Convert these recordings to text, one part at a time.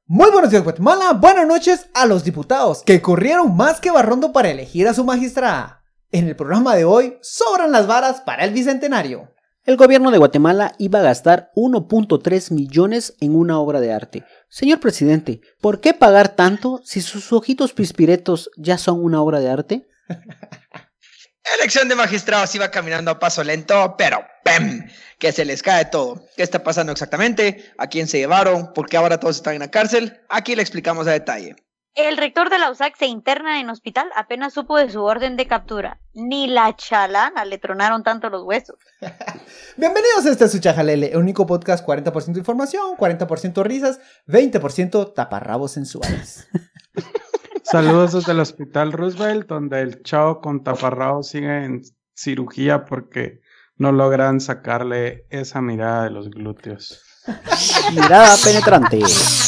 Muy buenos días, Guatemala. Buenas noches a los diputados que corrieron más que barrondo para elegir a su magistrada. En el programa de hoy, sobran las varas para el bicentenario. El gobierno de Guatemala iba a gastar 1.3 millones en una obra de arte. Señor presidente, ¿por qué pagar tanto si sus ojitos pispiretos ya son una obra de arte? Elección de magistrados iba caminando a paso lento, pero ¡pem! Que se les cae todo. ¿Qué está pasando exactamente? ¿A quién se llevaron? ¿Por qué ahora todos están en la cárcel? Aquí le explicamos a detalle. El rector de la USAC se interna en hospital apenas supo de su orden de captura. Ni la chalana le tronaron tanto los huesos. Bienvenidos a este su Chajalele, el único podcast 40% información, 40% risas, 20% taparrabos sensuales. Saludos desde el Hospital Roosevelt, donde el chavo con taparrabos sigue en cirugía porque no logran sacarle esa mirada de los glúteos. Mirada penetrante.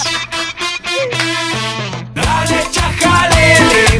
Dale chajalele,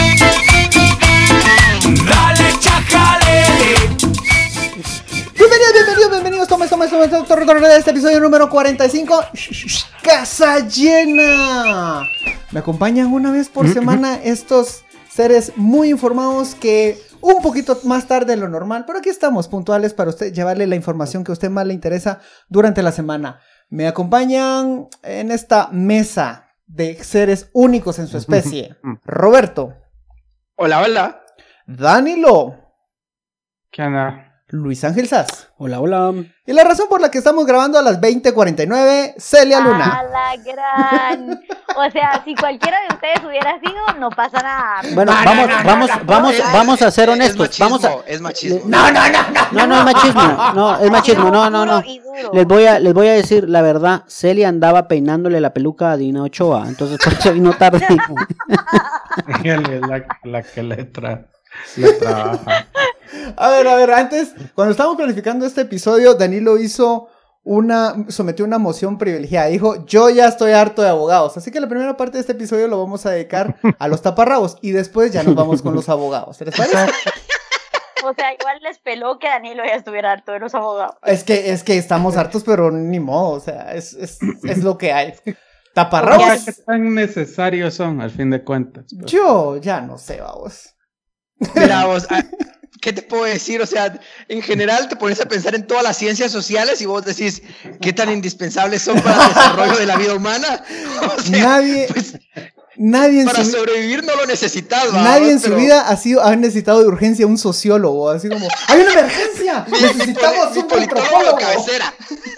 dale chajalele. Bienvenidos, toma de este episodio número 45. ¡Casa llena! Me acompañan una vez por semana estos seres muy informados que un poquito más tarde de lo normal, pero aquí estamos puntuales para usted llevarle la información que a usted más le interesa durante la semana. Me acompañan en esta mesa de seres únicos en su especie. Roberto. Hola, hola. Danilo. ¿Qué onda? Luis Ángel Sass. Hola, hola. Y la razón por la que estamos grabando a las 20:49, Celia Luna. ¡A la gran! O sea, si cualquiera de ustedes hubiera sido, no pasa nada. Bueno, vamos a ser honestos. Es machismo. No es machismo. No. Y duro. Les voy a decir la verdad. Celia andaba peinándole la peluca a Dina Ochoa, entonces por eso vino tarde. Ella es la que le trabaja. A ver, antes, cuando estábamos planificando este episodio, Danilo sometió una moción privilegiada. Dijo, yo ya estoy harto de abogados. Así que la primera parte de este episodio lo vamos a dedicar a los taparrabos. Y después ya nos vamos con los abogados. ¿Les parece? O sea, igual les peló que Danilo ya estuviera harto de los abogados. Es que estamos hartos, pero ni modo. O sea, es lo que hay. Taparrabos. ¿Qué tan necesarios son, al fin de cuentas? Pues? Yo ya no sé, vamos. Mira, vos, ¿qué te puedo decir? O sea, en general te pones a pensar en todas las ciencias sociales y vos decís, ¿qué tan indispensables son para el desarrollo de la vida humana? O sea, nadie para sobrevivir no lo necesitas, ¿va? Nadie en su vida ha necesitado de urgencia un sociólogo, así como, ¡hay una emergencia! ¡Necesitamos un politólogo cabecera!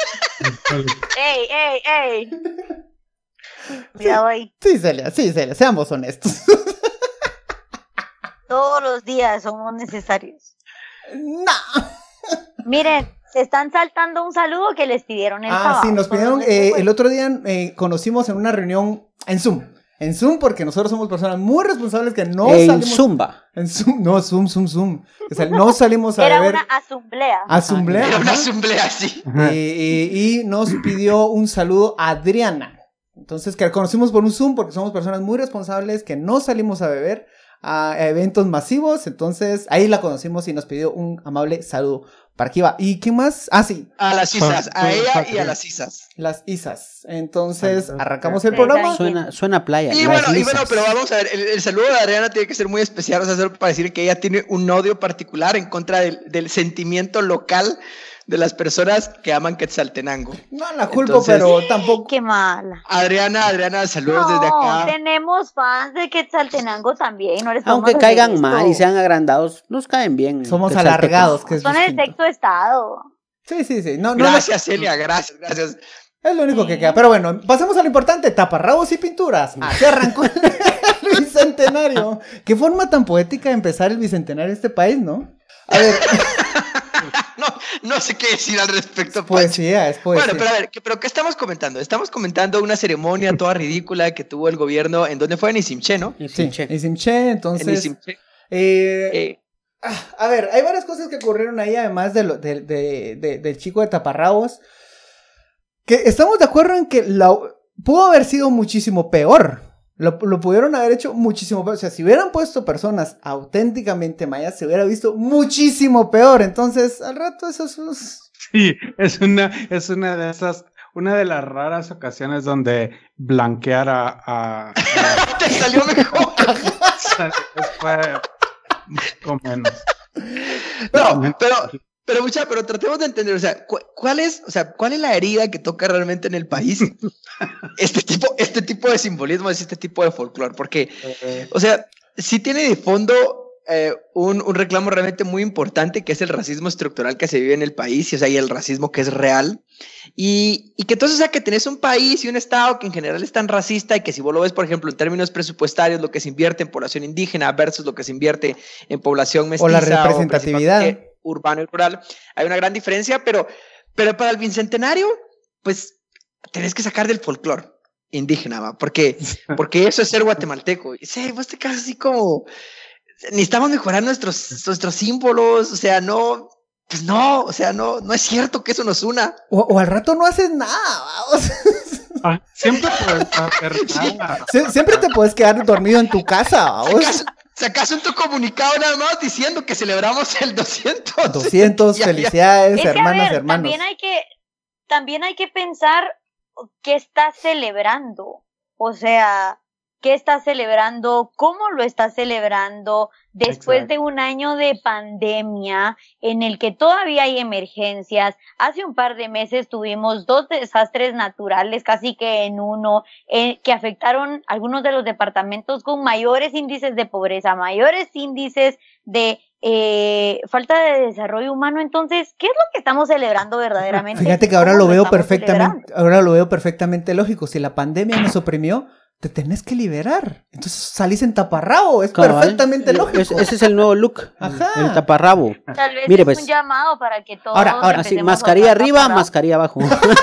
¡Ey! Cuidado ahí. Sí, Celia, seamos honestos. Todos los días somos necesarios. No. Miren, se están saltando un saludo que les pidieron el sábado. Sí, nos pidieron, el otro día conocimos en una reunión en Zoom. En Zoom, porque nosotros somos personas muy responsables que no salimos... Zumba. En Zoom, no, Zoom. No salimos a Era beber... una asamblea. Era una asamblea, sí. Y nos pidió un saludo a Adriana. Entonces, que la conocimos por un Zoom, porque somos personas muy responsables que no salimos a beber a eventos masivos, entonces ahí la conocimos y nos pidió un amable saludo para que iba. ¿Y qué más? Sí. A las ISAs, a ella y a las ISAs. Las ISAs. Entonces, arrancamos el programa. Suena a playa. Y bueno, pero vamos a ver, el saludo de Adriana tiene que ser muy especial, o sea, solo para decir que ella tiene un odio particular en contra del sentimiento local de las personas que aman Quetzaltenango. No la culpo, pero tampoco. Qué mala. Adriana, saludos desde acá. Tenemos fans de Quetzaltenango también. Aunque caigan mal y sean agrandados, nos caen bien. Somos alargados. Que son el sexto estado. Sí. Gracias, Celia, gracias. Es lo único que queda. Pero bueno, pasemos a lo importante: taparrabos y pinturas. Así arrancó el bicentenario. Qué forma tan poética de empezar el bicentenario de este país, ¿no? A ver. No sé qué decir al respecto. Es poesía. Bueno, pero a ver, ¿pero qué estamos comentando? Estamos comentando una ceremonia toda ridícula que tuvo el gobierno, ¿en dónde fue? En Izimché, ¿no? Izimché, entonces... a ver, hay varias cosas que ocurrieron ahí, además del chico de taparrabos, que estamos de acuerdo en que pudo haber sido muchísimo peor. Lo pudieron haber hecho muchísimo peor. O sea, si hubieran puesto personas auténticamente mayas, se hubiera visto muchísimo peor. Entonces, al rato eso es... Sí, es una de esas una de las raras ocasiones donde blanquear a Te salió mejor. fue con menos. No, pero tratemos de entender, o sea, ¿cuál es la herida que toca realmente en el país? Este tipo de simbolismo, este tipo de folclore, porque, o sea, sí tiene de fondo un reclamo realmente muy importante, que es el racismo estructural que se vive en el país, y, o sea, y el racismo que es real, y que entonces, o sea, que tenés un país y un estado que en general es tan racista, y que si vos lo ves, por ejemplo, en términos presupuestarios, lo que se invierte en población indígena versus lo que se invierte en población mestiza O la representatividad. O urbano y rural, hay una gran diferencia, pero para el bicentenario, pues, tenés que sacar del folclore indígena, ¿va? Porque eso es ser guatemalteco. Y sí, vos te quedas así como, necesitamos mejorar nuestros símbolos, o sea, no es cierto que eso nos una. O al rato no haces nada, vamos. Siempre puedes hacer nada. Siempre te puedes quedar dormido en tu casa, vamos. Sacas un tu comunicado nada más diciendo que celebramos el 200. 200, felicidades, Es que, hermanos, a ver, hermanos. también hay que pensar qué estás celebrando. O sea, qué estás celebrando, cómo lo estás celebrando después de un año de pandemia en el que todavía hay emergencias. Hace un par de meses tuvimos 2 desastres naturales, casi que en uno, que afectaron algunos de los departamentos con mayores índices de pobreza, mayores índices de falta de desarrollo humano. Entonces, ¿qué es lo que estamos celebrando verdaderamente? Fíjate que ahora lo veo perfectamente lógico. Si la pandemia nos oprimió, te tenés que liberar. Entonces salís en taparrabo. Es perfectamente lógico. Ese es el nuevo look. Ajá. El taparrabo. Tal vez Mire, es pues, un llamado para que todos ahora sí, empecemos mascarilla a arriba, taparrabo. mascarilla abajo.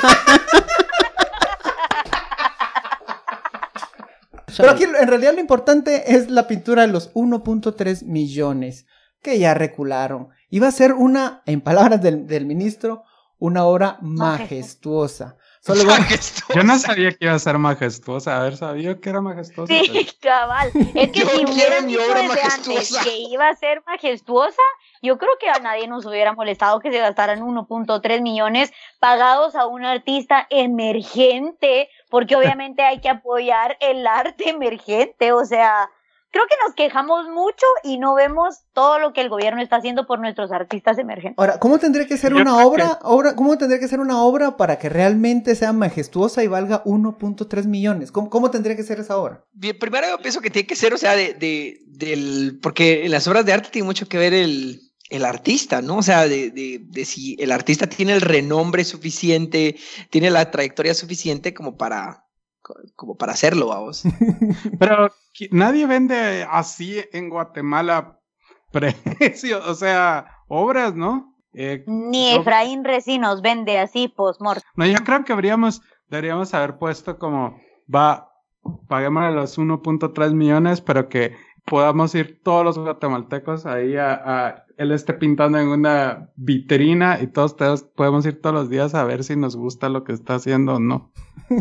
Pero aquí en realidad lo importante es la pintura de los 1.3 millones que ya recularon. Iba a ser en palabras del ministro, una obra majestuosa. Yo no sabía que iba a ser majestuosa. A ver, sabía que era majestuosa. Sí, cabal. Es que Yo si quiero hubieran mi dicho obra desde majestuosa. antes que iba a ser majestuosa, yo creo que a nadie nos hubiera molestado que se gastaran 1.3 millones pagados a un artista emergente, porque obviamente hay que apoyar el arte emergente. O sea, creo que nos quejamos mucho y no vemos todo lo que el gobierno está haciendo por nuestros artistas emergentes. Ahora, ¿cómo tendría que ser una obra? ¿Cómo tendría que ser una obra para que realmente sea majestuosa y valga 1.3 millones? ¿Cómo tendría que ser esa obra? Bien, primero yo pienso que tiene que ser, o sea, porque en las obras de arte tiene mucho que ver el artista, ¿no? O sea, de si el artista tiene el renombre suficiente, tiene la trayectoria suficiente como para hacerlo, vamos. Pero nadie vende así en Guatemala precios, o sea, obras, ¿no? Ni Efraín Recinos vende así post-mortem. No, yo creo que deberíamos haber puesto como, paguemos los 1.3 millones, pero que podamos ir todos los guatemaltecos ahí él esté pintando en una vitrina y todos podemos ir todos los días a ver si nos gusta lo que está haciendo o no.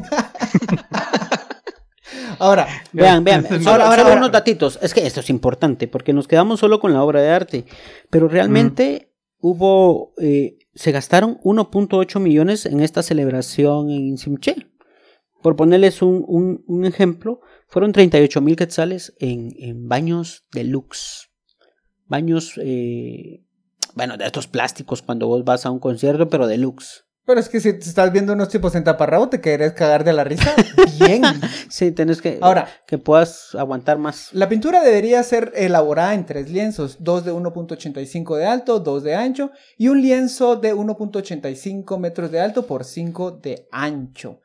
Ahora, vean, ahora unos datitos. Es que esto es importante porque nos quedamos solo con la obra de arte, pero realmente se gastaron 1.8 millones en esta celebración en Simché. Por ponerles un ejemplo, fueron 38,000 quetzales en baños deluxe. Baños, de estos plásticos cuando vos vas a un concierto, pero deluxe. Pero es que si estás viendo unos tipos en taparrabo, te querés cagar de la risa. Bien. Sí, tenés que... Ahora, que puedas aguantar más. La pintura debería ser elaborada en 3 lienzos. 2 de 1.85 de alto, 2 de ancho. Y un lienzo de 1.85 metros de alto por 5 de ancho.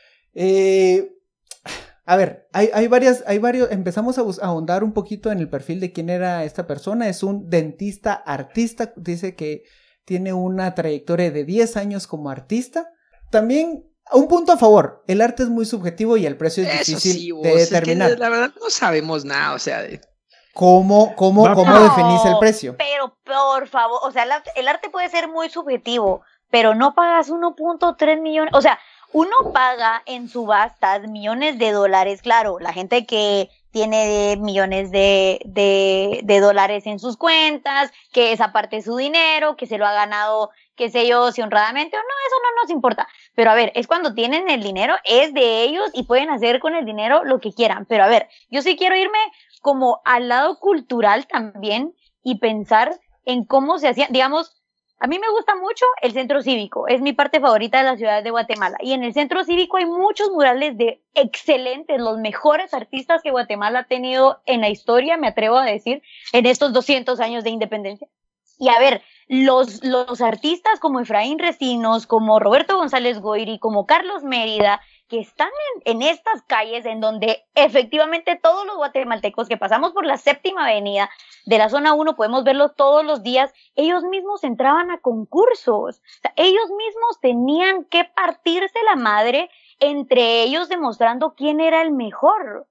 A ver, hay varios, empezamos a ahondar un poquito en el perfil de quién era esta persona. Es un dentista artista, dice que tiene una trayectoria de 10 años como artista. También, un punto a favor, el arte es muy subjetivo y el precio es difícil de determinar. Es que la verdad no sabemos nada, o sea, ¿Cómo definís el precio? Pero, por favor, o sea, el arte puede ser muy subjetivo, pero no pagas 1.3 millones, o sea, uno paga en subastas millones de dólares, claro, la gente que tiene millones de dólares en sus cuentas, que esa parte es su dinero, que se lo ha ganado qué sé yo, si honradamente o no, eso no nos importa. Pero a ver, es cuando tienen el dinero, es de ellos y pueden hacer con el dinero lo que quieran. Pero a ver, yo sí quiero irme como al lado cultural también y pensar en cómo se hacía, digamos, a mí me gusta mucho el centro cívico, es mi parte favorita de la ciudad de Guatemala, y en el centro cívico hay muchos murales de excelentes, los mejores artistas que Guatemala ha tenido en la historia, me atrevo a decir, en estos 200 años de independencia. Y a ver, los artistas como Efraín Recinos, como Roberto González Goyri, como Carlos Mérida, que están en estas calles en donde efectivamente todos los guatemaltecos que pasamos por la séptima avenida de la zona 1 podemos verlos todos los días, ellos mismos entraban a concursos, o sea, ellos mismos tenían que partirse la madre entre ellos demostrando quién era el mejor.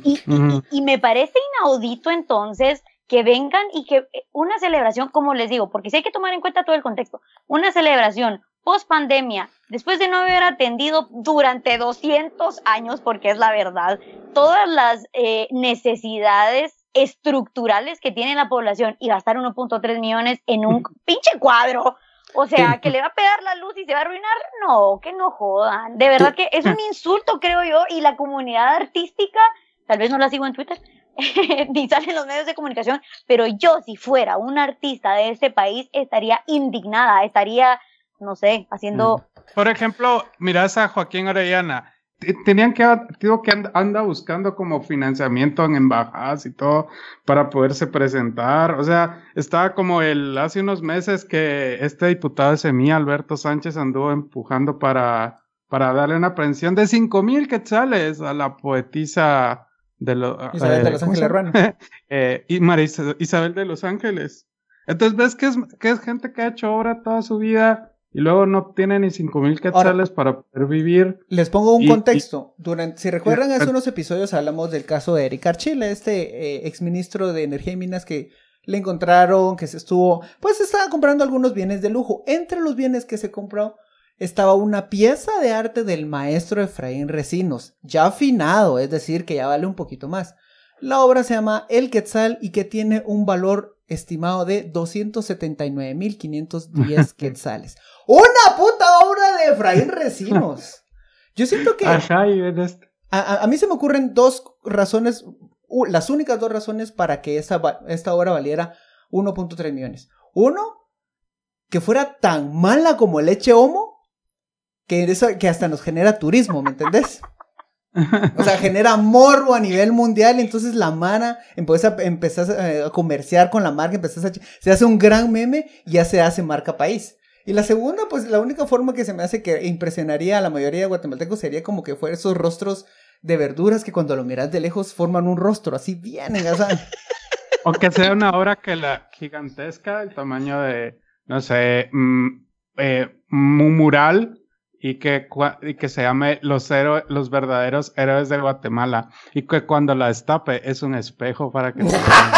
Y me parece inaudito entonces que vengan y que una celebración, como les digo, porque sí hay que tomar en cuenta todo el contexto, una celebración post pandemia, después de no haber atendido durante 200 años, porque es la verdad, todas las necesidades estructurales que tiene la población y gastar 1.3 millones en un pinche cuadro, o sea, que le va a pegar la luz y se va a arruinar, no, que no jodan, de verdad que es un insulto, creo yo, y la comunidad artística, tal vez no la sigo en Twitter, ni salen los medios de comunicación, pero yo si fuera un artista de este país estaría indignada, estaría, no sé, haciendo... Por ejemplo, mirás a Joaquín Orellana, digo que anda buscando como financiamiento en embajadas y todo para poderse presentar, o sea, estaba como hace unos meses que este diputado de Semilla, Alberto Sánchez, anduvo empujando para darle una pensión de 5,000 quetzales a la poetisa Isabel de Los Ángeles Ruano. Y María Isabel de Los Ángeles. Entonces ves que es gente que ha hecho obra toda su vida y luego no tiene ni 5,000 quetzales para poder vivir. Les pongo un contexto. Si recuerdan, hace unos episodios hablamos del caso de Eric Archila, exministro de Energía y Minas que le encontraron, que estaba comprando algunos bienes de lujo. Entre los bienes que se compró estaba una pieza de arte del maestro Efraín Recinos, ya afinado, es decir, que ya vale un poquito más. La obra se llama El Quetzal y que tiene un valor estimado de 279,510 quetzales. ¡Una puta obra de Efraín Recinos! Yo siento que... A mí se me ocurren dos razones, las únicas dos razones para que esta obra valiera 1.3 millones. Uno, que fuera tan mala como Leche Homo, que hasta nos genera turismo, ¿me entendés? O sea, genera morbo a nivel mundial, entonces la mara empezás a comerciar con la marca, se hace un gran meme y ya se hace marca país. Y la segunda, pues la única forma que se me hace que impresionaría a la mayoría de guatemaltecos sería como que fueran esos rostros de verduras que cuando lo miras de lejos forman un rostro así bien engasado. O que sea una obra gigantesca, el tamaño de, no sé, un mural. Y que se llame los verdaderos héroes de Guatemala. Y que cuando la destape es un espejo para que...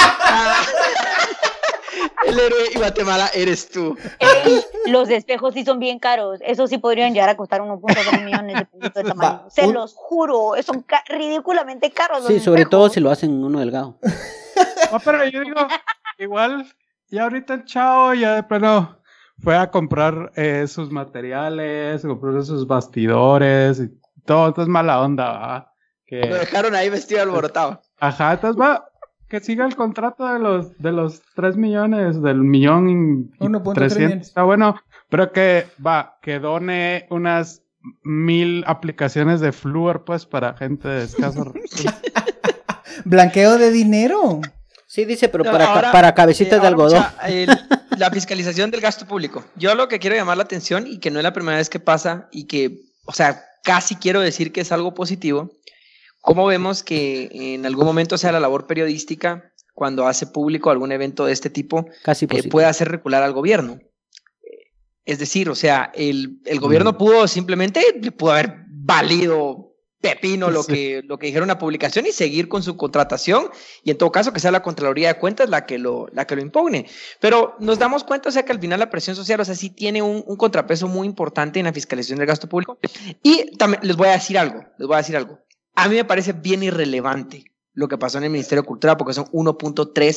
El héroe de Guatemala eres tú. Los espejos sí son bien caros. Eso sí podrían llegar a costar 1.3 millones de tamaño. Se los juro. Son ridículamente caros. Sí, sobre todo si lo hacen uno delgado. No, pero yo digo, igual, ya ahorita el chavo ya de plano... Fue a comprar sus materiales, compró sus bastidores y todo, entonces mala onda, ¿va? Lo dejaron ahí vestido alborotado. Ajá, entonces va, que siga el contrato de los 3 millones, del 1.300.000, está bueno, pero que done unas 1,000 aplicaciones de flúor, pues, para gente de escasos recursos. Blanqueo de dinero. Sí, dice, pero para cabecitas de algodón. La fiscalización del gasto público. Yo lo que quiero llamar la atención, y que no es la primera vez que pasa, y que, o sea, casi quiero decir que es algo positivo, cómo vemos que en algún momento sea la labor periodística, cuando hace público algún evento de este tipo, puede hacer recular al gobierno. Es decir, o sea, el gobierno pudo haber valido pepino lo que dijeron en la publicación y seguir con su contratación, y en todo caso que sea la Contraloría de Cuentas la que lo impugne. Pero nos damos cuenta, o sea, que al final la presión social, o sea, sí tiene un contrapeso muy importante en la fiscalización del gasto público. Y también les voy a decir algo. A mí me parece bien irrelevante lo que pasó en el Ministerio de Cultura, porque son 1.3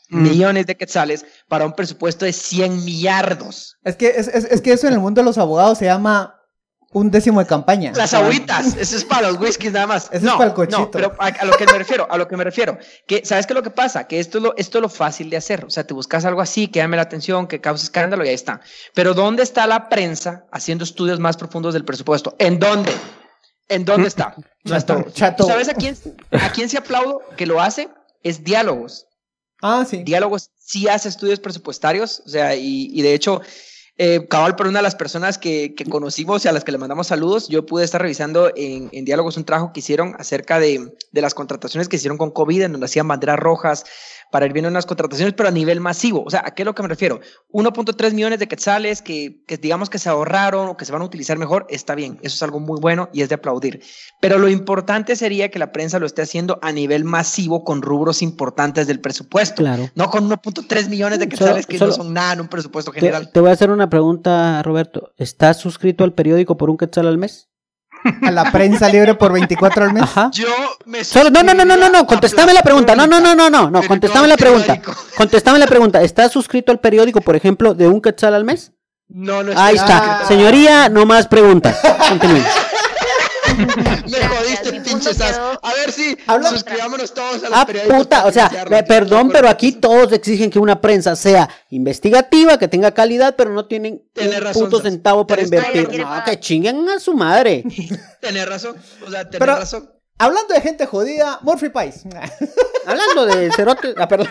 millones de quetzales para un presupuesto de 100 millardos. Es que eso en el mundo de los abogados se llama un décimo de campaña. Las agüitas, eso es para los whiskies nada más. Eso es para el cochito. No, pero a lo que me refiero, que ¿sabes qué es lo que pasa? Que esto es lo fácil de hacer, o sea, te buscas algo así, que llame la atención, que cause escándalo y ahí está. Pero ¿dónde está la prensa haciendo estudios más profundos del presupuesto? ¿En dónde? ¿En dónde está? No está. Chato. ¿Sabes a quién se aplaudo que lo hace? Es Diálogos. Ah, sí. Diálogos sí hace estudios presupuestarios, o sea, y de hecho, cabal por una de las personas que conocimos y a las que le mandamos saludos, yo pude estar revisando en Diálogos un trabajo que hicieron acerca de las contrataciones que hicieron con COVID, en donde hacían banderas rojas para ir viendo unas contrataciones, pero a nivel masivo. O sea, ¿a qué es lo que me refiero? 1.3 millones de quetzales que digamos que se ahorraron o que se van a utilizar mejor, está bien, eso es algo muy bueno y es de aplaudir. Pero lo importante sería que la prensa lo esté haciendo a nivel masivo con rubros importantes del presupuesto. Claro. No con 1.3 millones de quetzales que no son nada en un presupuesto general. Te voy a hacer una pregunta, Roberto. ¿Estás suscrito al periódico por un quetzal al mes? A la prensa libre por 24 al mes. Ajá. Yo me No, contéstame la pregunta. No, contéstame la pregunta. Contéstame la pregunta. ¿Estás suscrito al periódico, por ejemplo, de un quetzal al mes? No, Ahí está. Señoría, no más preguntas. Continuemos. Me jodiste, pinche sas. A ver si suscribámonos todos a los periódicos. Puta, o sea, perdón, pero aquí todos exigen que una prensa sea investigativa, que tenga calidad, pero no tienen un puto centavo para invertir. No, que chinguen a su madre. Tenés razón, o sea, tenés Pero, razón. Hablando de gente jodida, Murphy Pais. Hablando de cerote, perdón.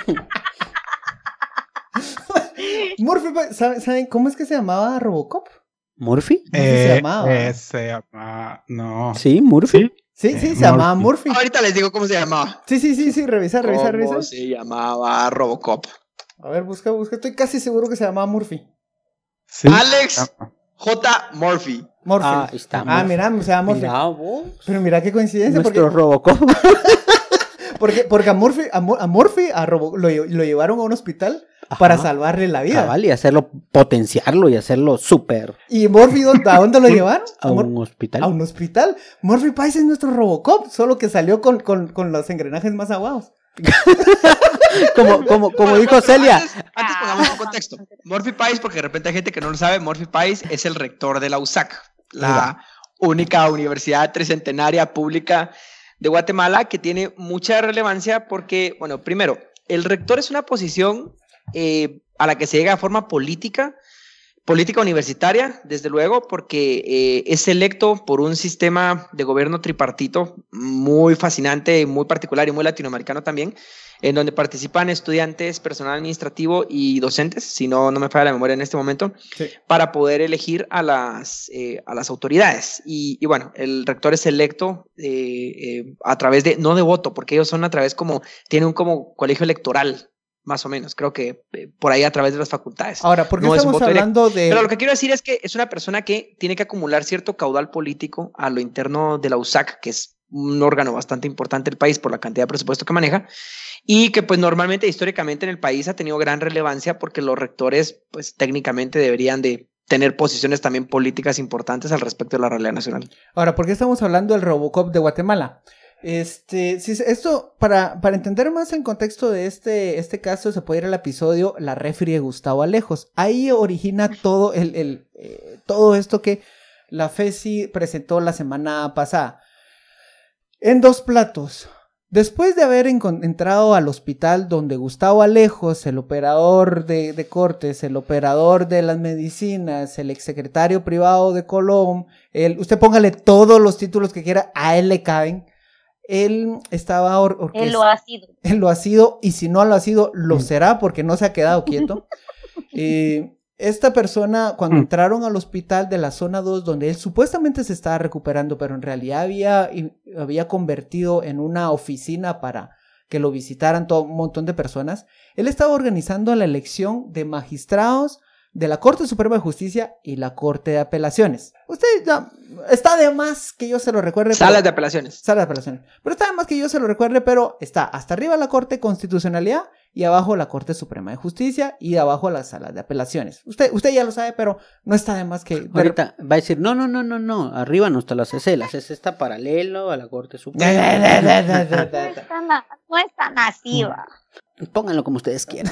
Murphy Pais, ¿saben cómo es que se llamaba Robocop? ¿Murphy? ¿Cómo se llamaba? Se llama... No. Sí, Murphy. Sí, se llamaba Murphy. Ahorita les digo cómo se llamaba. Sí, revisa. ¿Cómo se llamaba Robocop? A ver, busca. Estoy casi seguro que se llamaba Murphy. Sí. Alex J. Murphy. Ah, ahí está. Ah, mira, se llama Murphy. Mira, vos. Pero mira qué coincidencia. Nuestro Robocop. Porque a Murphy lo llevaron a un hospital. Ajá, para salvarle la vida. Cabal, y hacerlo, potenciarlo y hacerlo súper. ¿Y Murphy a dónde lo llevaron? A un hospital. A un hospital. Murphy Pais es nuestro Robocop, solo que salió con los engranajes más aguados. como dijo Celia. Antes pongamos un contexto. Murphy Pais, porque de repente hay gente que no lo sabe, Murphy Pais es el rector de la USAC, la única universidad tricentenaria pública de Guatemala que tiene mucha relevancia porque, bueno, primero, el rector es una posición a la que se llega de forma política universitaria, desde luego, porque es electo por un sistema de gobierno tripartito muy fascinante, muy particular y muy latinoamericano también, en donde participan estudiantes, personal administrativo y docentes, si no me falla la memoria en este momento, sí, para poder elegir a las autoridades. Y bueno, el rector es electo a través de, no de voto, porque ellos son a través tienen un como colegio electoral, más o menos, creo que por ahí a través de las facultades. Ahora, ¿por qué estamos hablando de...? Pero lo que quiero decir es que es una persona que tiene que acumular cierto caudal político a lo interno de la USAC, que es un órgano bastante importante del país por la cantidad de presupuesto que maneja, y que pues normalmente, históricamente en el país ha tenido gran relevancia porque los rectores pues técnicamente deberían de tener posiciones también políticas importantes al respecto de la realidad nacional. Ahora, ¿por qué estamos hablando del Robocop de Guatemala? Esto, para entender más el contexto de este caso, se puede ir al episodio La Refri de Gustavo Alejos. Ahí origina todo todo esto que la FESI presentó la semana pasada. En dos platos. Después de haber entrado al hospital donde Gustavo Alejos, el operador de cortes, el operador de las medicinas, el exsecretario privado de Colom, usted póngale todos los títulos que quiera, a él le caben. Él estaba Él lo ha sido. Él lo ha sido, y si no lo ha sido, lo será porque no se ha quedado quieto. Esta persona, cuando entraron al hospital de la zona 2, donde él supuestamente se estaba recuperando, pero en realidad había convertido en una oficina para que lo visitaran todo un montón de personas, él estaba organizando la elección de magistrados de la Corte Suprema de Justicia y la Corte de Apelaciones. Usted ya está de más que yo se lo recuerde. Salas de apelaciones. Salas de apelaciones. Pero está de más que yo se lo recuerde, pero está hasta arriba la Corte de Constitucionalidad y abajo la Corte Suprema de Justicia y abajo las salas de apelaciones. Usted ya lo sabe, pero no está de más que... Ahorita va a decir, no, arriba no está la CC, la CC está paralelo a la Corte Suprema. No es tan masiva. Pónganlo como ustedes quieran.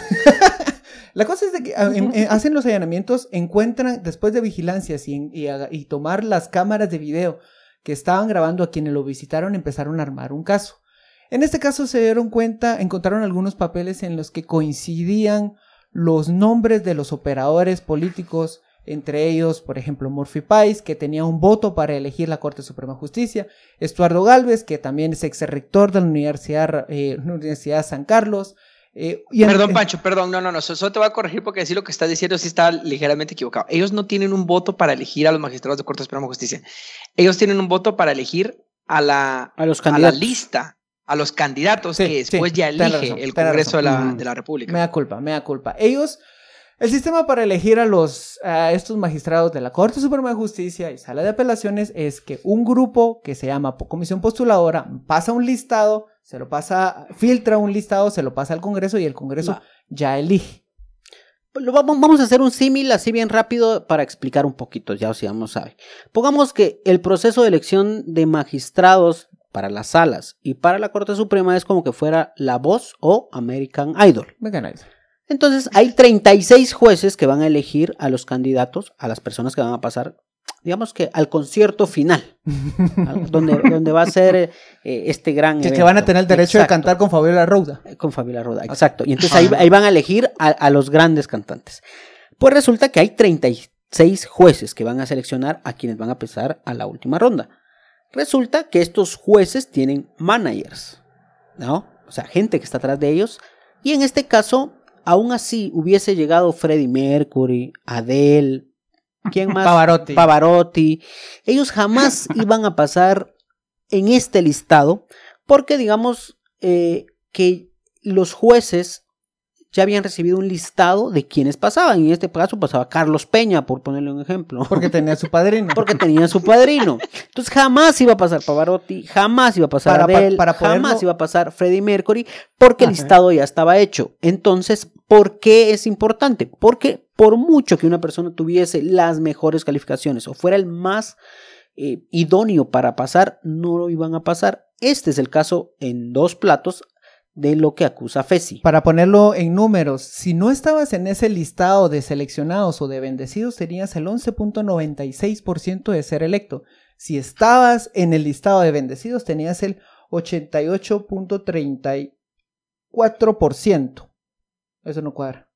La cosa es de que hacen los allanamientos, encuentran, después de vigilancias y tomar las cámaras de video que estaban grabando a quienes lo visitaron, empezaron a armar un caso. En este caso se dieron cuenta, encontraron algunos papeles en los que coincidían los nombres de los operadores políticos, entre ellos, por ejemplo, Murphy Pais, que tenía un voto para elegir la Corte Suprema de Justicia, Estuardo Gálvez, que también es ex rector de la Universidad San Carlos. Pancho, no, solo te voy a corregir porque decir lo que estás diciendo sí está ligeramente equivocado. Ellos no tienen un voto para elegir a los magistrados de Corte Suprema de Justicia. Ellos tienen un voto para elegir a la lista, a los candidatos que después ya elige el Congreso de la República. Me da culpa. Ellos, el sistema para elegir a estos magistrados de la Corte Suprema de Justicia y Sala de Apelaciones es que un grupo que se llama Comisión Postuladora pasa un listado, filtra un listado, se lo pasa al Congreso y el Congreso ya elige. Vamos a hacer un símil así bien rápido para explicar un poquito, ya si no sabe. Pongamos que el proceso de elección de magistrados para las salas y para la Corte Suprema es como que fuera La Voz o American Idol. Entonces hay 36 jueces que van a elegir a los candidatos, a las personas que van a pasar, digamos que al concierto final, donde va a ser este gran evento. Que van a tener el derecho de cantar con Fabiola Rouda. Con Fabiola Rouda, exacto. Y entonces ahí van a elegir a los grandes cantantes. Pues resulta que hay 36 jueces que van a seleccionar a quienes van a pasar a la última ronda. Resulta que estos jueces tienen managers, ¿no? O sea, gente que está atrás de ellos. Y en este caso, aún así hubiese llegado Freddie Mercury, Adele, ¿quién más? Pavarotti. Ellos jamás iban a pasar en este listado porque digamos que los jueces ya habían recibido un listado de quienes pasaban. Y en este caso pasaba Carlos Peña, por ponerle un ejemplo. Porque tenía su padrino. Entonces jamás iba a pasar Pavarotti, jamás iba a pasar Adele, jamás iba a pasar Freddie Mercury, porque el listado ya estaba hecho. Entonces, ¿por qué es importante? Porque por mucho que una persona tuviese las mejores calificaciones o fuera el más idóneo para pasar, no lo iban a pasar. Este es el caso en dos platos de lo que acusa Fesi. Para ponerlo en números, si no estabas en ese listado de seleccionados o de bendecidos, tenías el 11.96% de ser electo. Si estabas en el listado de bendecidos, tenías el 88.34%. Eso no cuadra.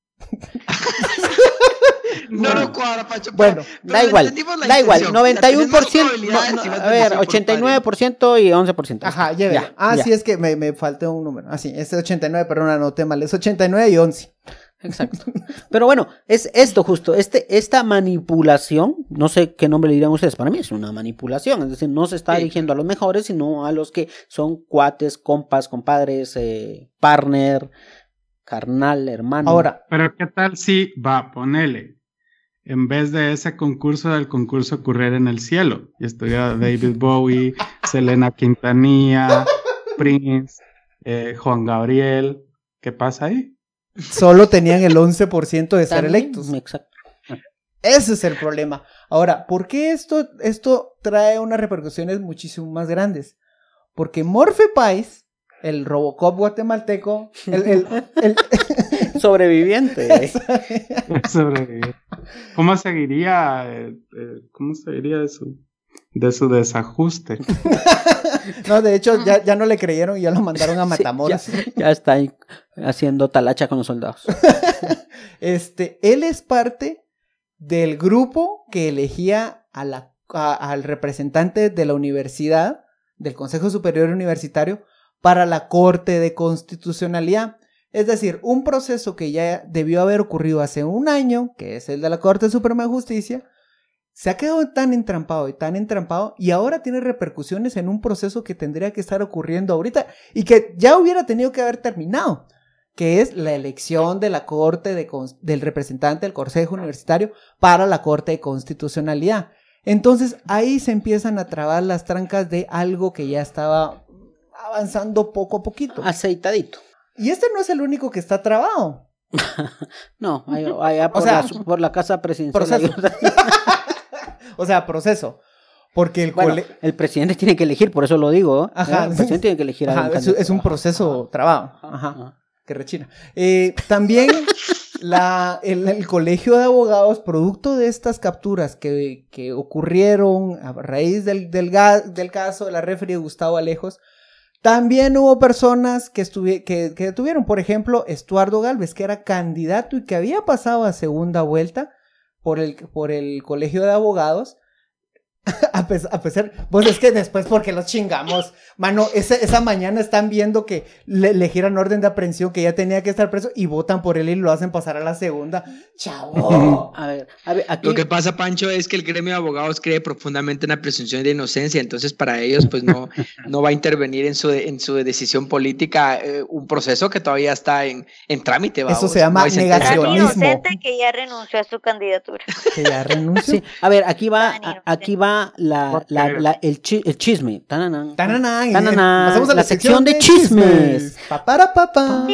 No cuadra, Pacho. Bueno, da igual, 91%, a ver, 89% y 11%. Ajá, llévela. Sí, es que me faltó un número. Sí, es 89, perdón, anoté mal, es 89 y 11. Exacto. Pero bueno, es esto justo, esta manipulación, no sé qué nombre le dirán ustedes, para mí es una manipulación, es decir, no se está eligiendo a los mejores, sino a los que son cuates, compas, compadres, partner, carnal, hermano. Ahora, pero ¿qué tal si ponele? En vez de ese concurso, del concurso ocurrir en el cielo, y estuviera David Bowie, Selena Quintanilla, Prince, Juan Gabriel, ¿qué pasa ahí? Solo tenían el 11% de ser electos. Exacto. Ese es el problema. Ahora, ¿por qué esto trae unas repercusiones muchísimo más grandes? Porque Murphy Pais, el Robocop guatemalteco, el sobreviviente. Sobreviviente. ¿Cómo seguiría de su desajuste? No, de hecho, ya no le creyeron y ya lo mandaron a Matamoros. Sí, ya está ahí haciendo talacha con los soldados. Él es parte del grupo que elegía al representante de la universidad, del Consejo Superior Universitario, para la Corte de Constitucionalidad. Es decir, un proceso que ya debió haber ocurrido hace un año, que es el de la Corte Suprema de Justicia, se ha quedado tan entrampado y ahora tiene repercusiones en un proceso que tendría que estar ocurriendo ahorita y que ya hubiera tenido que haber terminado, que es la elección de la Corte del representante del Consejo Universitario para la Corte de Constitucionalidad. Entonces ahí se empiezan a trabar las trancas de algo que ya estaba avanzando poco a poquito. Aceitadito. Y este no es el único que está trabado. No, allá por la casa presidencial. Proceso. O sea, proceso. Porque el presidente tiene que elegir, por eso lo digo. Ajá. El presidente tiene que elegir. Es un proceso trabado. Ajá. Que rechina. También el colegio de abogados, producto de estas capturas que ocurrieron a raíz del caso de la referee de Gustavo Alejos, también hubo personas que detuvieron. Por ejemplo, Estuardo Galvez, que era candidato y que había pasado a segunda vuelta por el colegio de abogados. A pesar, pues es que después porque los chingamos, mano, esa mañana están viendo que le giran orden de aprehensión, que ya tenía que estar preso y votan por él y lo hacen pasar a la segunda. ¡Chavo! A ver, aquí... Lo que pasa, Pancho, es que el gremio de abogados cree profundamente en la presunción de inocencia, entonces para ellos pues no va a intervenir en su decisión política un proceso que todavía está en trámite. Eso se llama negacionismo. Tan inocente que ya renunció a su candidatura. Que ya renunció. Sí. A ver, aquí va el chisme. Tananán. Pasamos a la sección de chismes. Papara papá.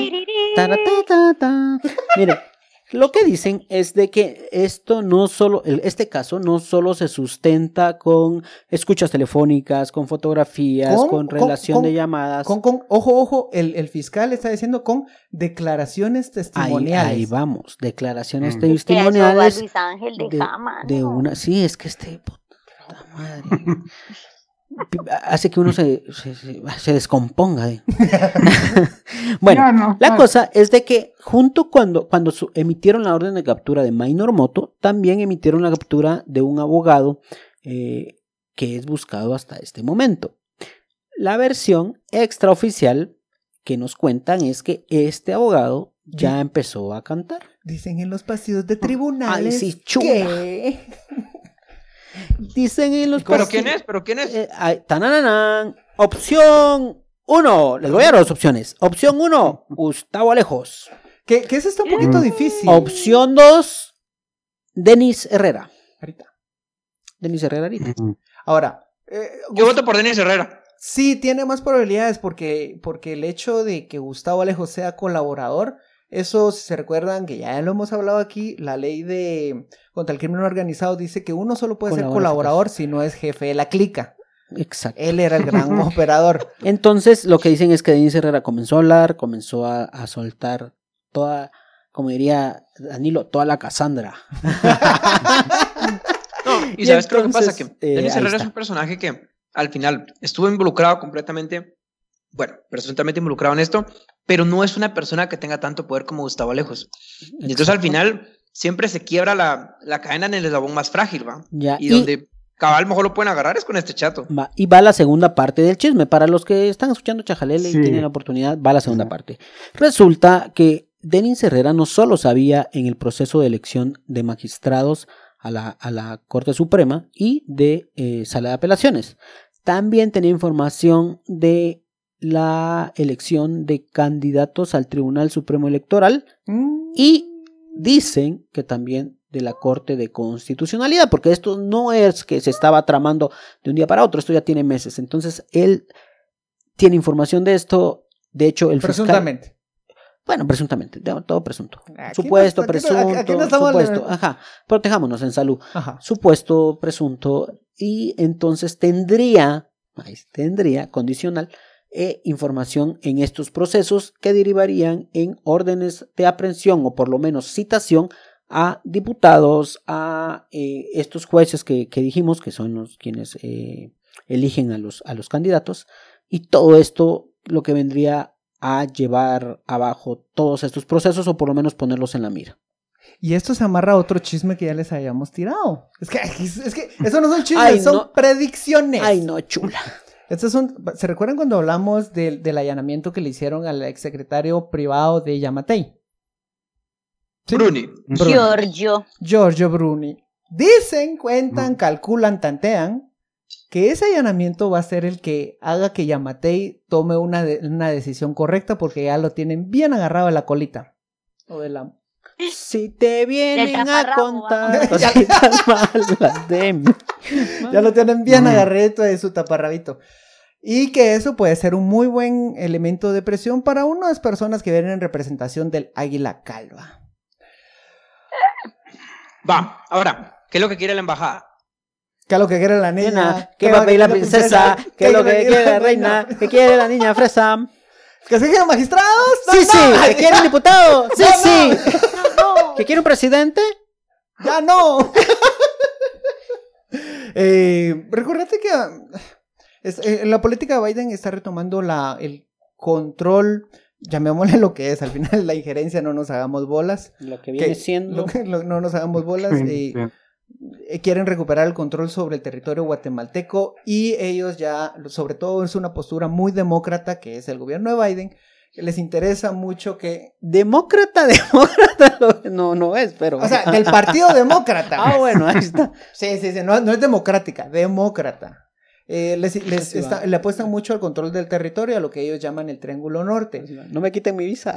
Mire, lo que dicen es de que este caso no solo se sustenta con escuchas telefónicas, con fotografías, con relación de llamadas. Ojo, el fiscal está diciendo con declaraciones testimoniales. Ahí vamos, declaraciones testimoniales. Luis Ángel de fama, de una, sí, es que madre. Hace que uno se descomponga. Bueno, la cosa es de que junto cuando emitieron la orden de captura de Maynor Moto, también emitieron la captura de un abogado que es buscado hasta este momento. La versión extraoficial que nos cuentan es que este abogado ya empezó a cantar. Dicen en los pasillos de tribunales. Ay, sí, chula. Dicen en los pasillos. ¿Pero quién es? Opción 1. Les voy a dar dos opciones. Opción 1, Gustavo Alejos. Que ese está un poquito difícil. Opción 2, Denis Herrera. Ahorita. Denis Herrera ahorita. Ahora. Yo voto por Denis Herrera. Sí, tiene más probabilidades porque el hecho de que Gustavo Alejos sea colaborador, eso, si se recuerdan, que ya lo hemos hablado aquí, la ley contra el crimen organizado dice que uno solo puede ser colaborador si no es jefe de la clica. Exacto. Él era el gran operador. Entonces, lo que dicen es que Denis Herrera comenzó a hablar, comenzó a soltar toda, como diría Danilo, toda la Cassandra. ¿Y sabes qué es lo que pasa? Que Denis Herrera es un personaje que al final estuvo involucrado completamente, presuntamente involucrado en esto, pero no es una persona que tenga tanto poder como Gustavo Alejos. Y entonces al final siempre se quiebra la cadena en el eslabón más frágil, ¿va? Y donde cabal mejor lo pueden agarrar es con este chato. Y va la segunda parte del chisme. Para los que están escuchando Chajalele y tienen la oportunidad, va la segunda parte. Resulta que Denis Herrera no solo sabía en el proceso de elección de magistrados a la Corte Suprema y de Sala de Apelaciones. También tenía información de la elección de candidatos al Tribunal Supremo Electoral y dicen que también de la Corte de Constitucionalidad, porque esto no es que se estaba tramando de un día para otro, esto ya tiene meses. Entonces él tiene información de esto. De hecho, el presuntamente. Fiscal, bueno, presuntamente, todo presunto. Supuesto, presunto, supuesto. Ajá, protejámonos en salud. Ajá. Supuesto, presunto. Y entonces tendría condicional, información en estos procesos que derivarían en órdenes de aprehensión o por lo menos citación a diputados, a estos jueces que dijimos que son los quienes eligen a los candidatos, y todo esto lo que vendría a llevar abajo todos estos procesos o por lo menos ponerlos en la mira. Y esto se amarra a otro chisme que ya les habíamos tirado. Es que eso no son chismes, son predicciones. Ay, no, chula. ¿Se recuerdan cuando hablamos del allanamiento que le hicieron al exsecretario privado de Yamatei? ¿Sí? Bruni. Giorgio Bruni. Dicen, cuentan, calculan, tantean que ese allanamiento va a ser el que haga que Yamatei tome una decisión correcta, porque ya lo tienen bien agarrado de la colita. O de la... Si te vienen a contar cositas malas de mí. Ya lo tienen bien agarrado de su taparrabito. Y que eso puede ser un muy buen elemento de presión para unas personas que vienen en representación del águila calva. Va, ahora, ¿qué es lo que quiere la embajada? ¿Qué es lo que quiere la niña? ¿Qué va a pedir la princesa? ¿Qué es lo que quiere la reina? ¿Qué quiere la niña fresa? ¿Que se quieren magistrados? No, sí, ¿que quiere un diputado? Sí, No, sí. No. ¿Que quiere un presidente? ¡Ya no! Recordate que la política de Biden está retomando el control, llamémosle lo que es, al final la injerencia, no nos hagamos bolas. Lo que viene siendo... no nos hagamos bolas. Sí. Quieren recuperar el control sobre el territorio guatemalteco y ellos ya, sobre todo es una postura muy demócrata, que es el gobierno de Biden, que les interesa mucho que... Demócrata, no es, pero... O sea, del partido demócrata. Ah, bueno, ahí está. Sí, no es democrática, demócrata. Le apuestan mucho al control del territorio, a lo que ellos llaman el Triángulo Norte. No me quiten mi visa.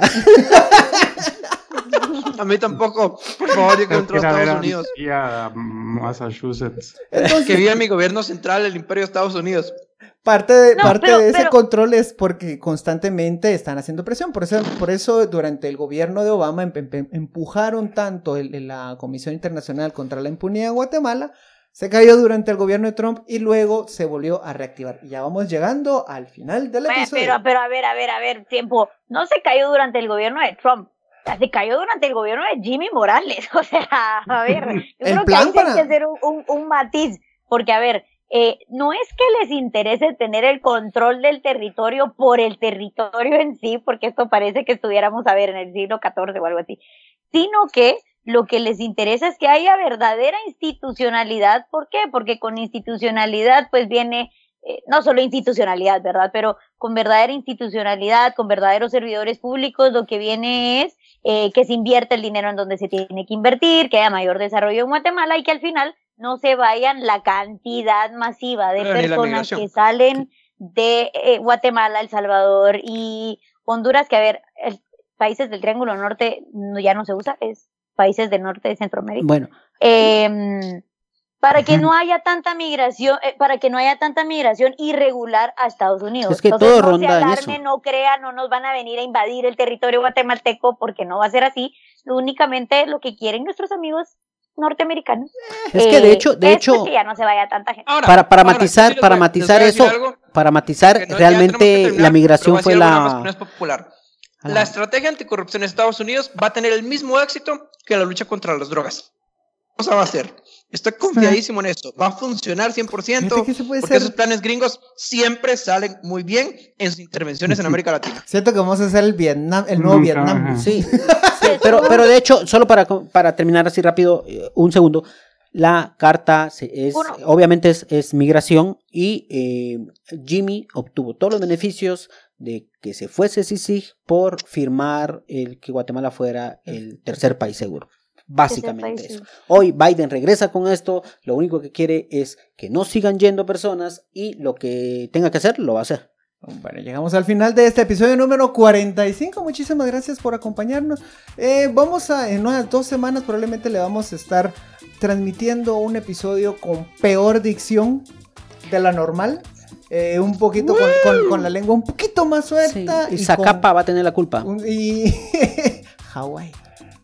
A mí tampoco, por favor, yo quiero entrar a Estados Unidos. Y a Massachusetts. Entonces, Que viva mi gobierno central, el Imperio de Estados Unidos. Parte de ese control es porque constantemente están haciendo presión. Por eso durante el gobierno de Obama empujaron tanto la Comisión Internacional contra la Impunidad en Guatemala. Se cayó durante el gobierno de Trump y luego se volvió a reactivar. Y ya vamos llegando al final del episodio. Pero a ver, tiempo. No se cayó durante el gobierno de Trump. Se cayó durante el gobierno de Jimmy Morales. O sea, a ver, yo creo que hay que hacer un matiz. Porque, a ver, no es que les interese tener el control del territorio por el territorio en sí, porque esto parece que estuviéramos, a ver, en el siglo XIV o algo así, sino que lo que les interesa es que haya verdadera institucionalidad. ¿Por qué? Porque con institucionalidad pues viene, no solo institucionalidad, ¿verdad? Pero con verdadera institucionalidad, con verdaderos servidores públicos, lo que viene es que se invierta el dinero en donde se tiene que invertir, que haya mayor desarrollo en Guatemala y que al final no se vayan la cantidad masiva de personas que salen de Guatemala, El Salvador y Honduras, que a ver, países del Triángulo Norte ya no se usa, es países del norte de Centroamérica. Bueno. Para que no haya tanta migración, irregular a Estados Unidos. Es que entonces, todo no ronda se en alarmen, eso. no crean, no nos van a venir a invadir el territorio guatemalteco porque no va a ser así. Únicamente lo que quieren nuestros amigos norteamericanos. Es que de hecho, que ya no se vaya tanta gente. Ahora, para matizar eso, para matizar realmente la migración fue no es popular. La estrategia anticorrupción en Estados Unidos va a tener el mismo éxito que la lucha contra las drogas. Cosa va a ser. Estoy confiadísimo en esto. Va a funcionar 100% porque esos planes gringos siempre salen muy bien en sus intervenciones en América Latina. Siento que vamos a hacer el nuevo Vietnam. Sí, pero de hecho, solo para terminar así rápido, un segundo. La carta obviamente es migración y Jimmy obtuvo todos los beneficios de que se fuese CICIG por firmar el que Guatemala fuera el tercer país seguro. Básicamente eso. Hoy Biden regresa con esto, lo único que quiere es que no sigan yendo personas y lo que tenga que hacer, lo va a hacer. Bueno, llegamos al final de este episodio número 45. Muchísimas gracias por acompañarnos. Vamos en unas 2 semanas probablemente le vamos a estar transmitiendo un episodio con peor dicción de la normal. Un poquito con la lengua un poquito más suelta. Sí, y Zacapa va a tener la culpa. Hawái.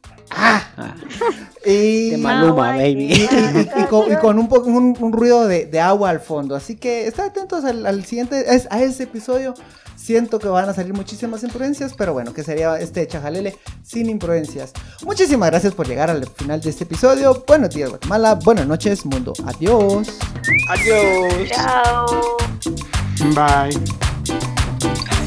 De Maluma, baby. Y con un ruido de agua al fondo. Así que estén atentos al siguiente, a ese episodio. Siento que van a salir muchísimas imprudencias, pero bueno, que sería este chajalele sin imprudencias. Muchísimas gracias por llegar al final de este episodio. Buenos días, Guatemala. Buenas noches, mundo. Adiós. Adiós. Chao. Bye.